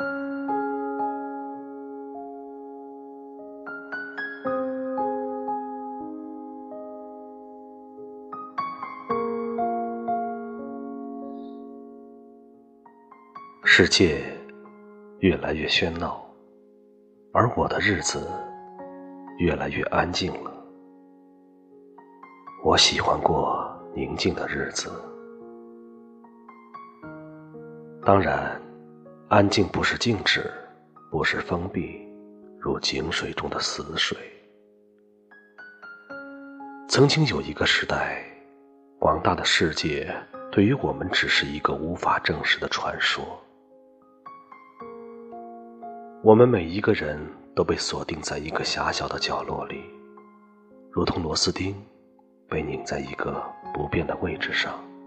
世界越来越喧闹，而我的日子越来越安静了。我喜欢过宁静的日子。当然，安静不是静止，不是封闭，如井水中的死水。曾经有一个时代，广大的世界对于我们只是一个无法证实的传说。我们每一个人都被锁定在一个狭小的角落里，如同螺丝钉被拧在一个不变的位置上。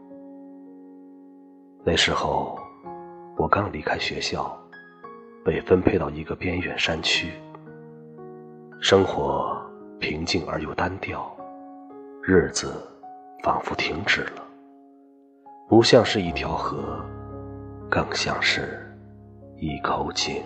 那时候我刚离开学校，被分配到一个边远山区，生活平静而又单调，日子仿佛停止了，不像是一条河，更像是一口井。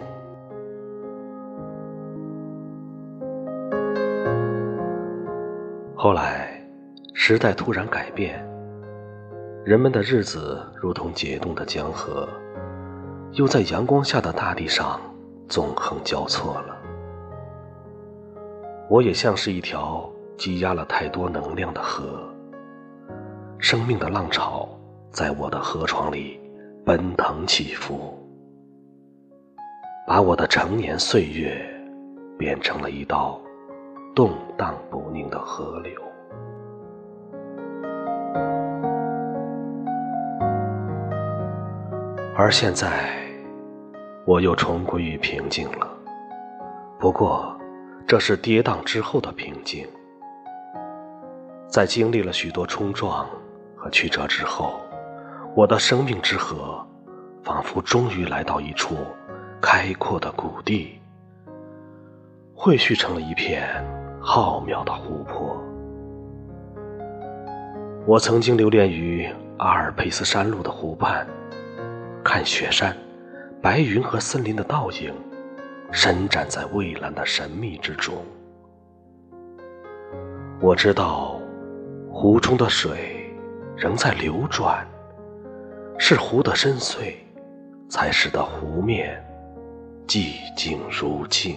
后来时代突然改变，人们的日子如同解冻的江河，又在阳光下的大地上纵横交错了。我也像是一条积压了太多能量的河，生命的浪潮在我的河床里奔腾起伏，把我的成年岁月变成了一道动荡不宁的河流。而现在我又重归于平静了，不过这是跌宕之后的平静。在经历了许多冲撞和曲折之后，我的生命之河仿佛终于来到一处开阔的谷地，汇聚成了一片浩渺的湖泊。我曾经流连于阿尔卑斯山路的湖畔，看雪山、白云和森林的倒影伸展在蔚蓝的神秘之中。我知道湖中的水仍在流转，是湖的深邃才使得湖面寂静如镜。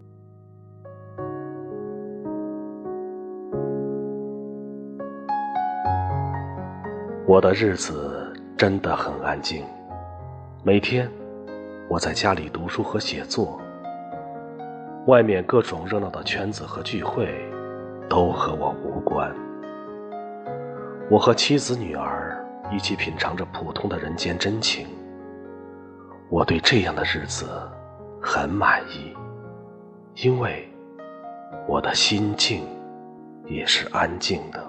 我的日子真的很安静，每天我在家里读书和写作，外面各种热闹的圈子和聚会都和我无关。我和妻子女儿一起品尝着普通的人间真情，我对这样的日子很满意，因为我的心境也是安静的。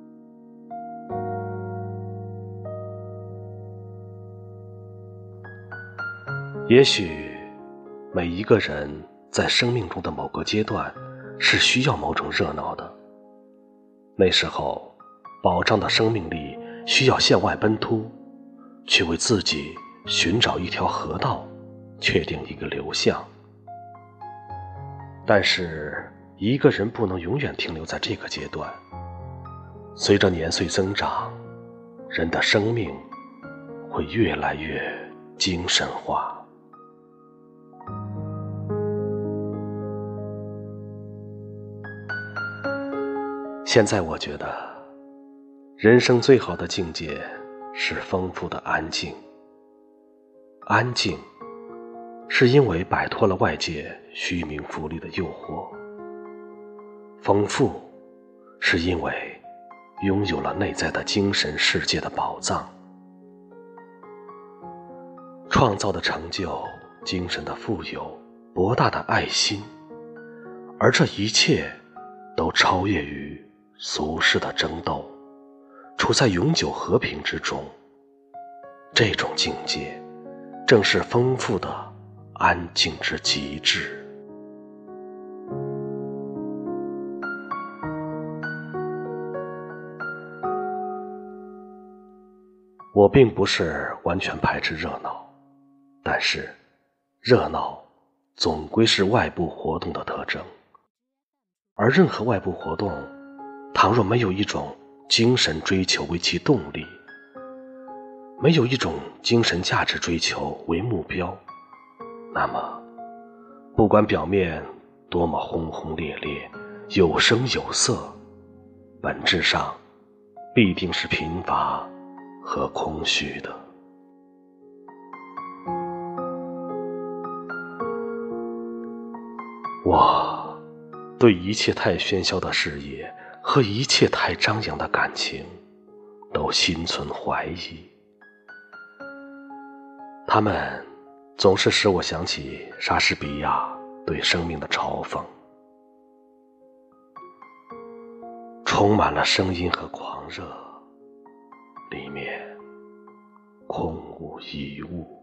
也许每一个人在生命中的某个阶段是需要某种热闹的，那时候饱胀的生命力需要向外奔突，去为自己寻找一条河道，确定一个流向。但是一个人不能永远停留在这个阶段，随着年岁增长，人的生命会越来越精神化。现在我觉得人生最好的境界是丰富的安静。安静是因为摆脱了外界虚名浮利的诱惑，丰富是因为拥有了内在的精神世界的宝藏。创造的成就，精神的富有，博大的爱心，而这一切都超越于俗世的争斗，处在永久和平之中。这种境界正是丰富的安静之极致。我并不是完全排斥热闹，但是热闹总归是外部活动的特征，而任何外部活动，倘若没有一种精神追求为其动力，没有一种精神价值追求为目标，那么不管表面多么轰轰烈烈，有声有色，本质上必定是贫乏和空虚的。我对一切太喧嚣的事业和一切太张扬的感情都心存怀疑，他们总是使我想起莎士比亚对生命的嘲讽，充满了声音和狂热，里面空无一物。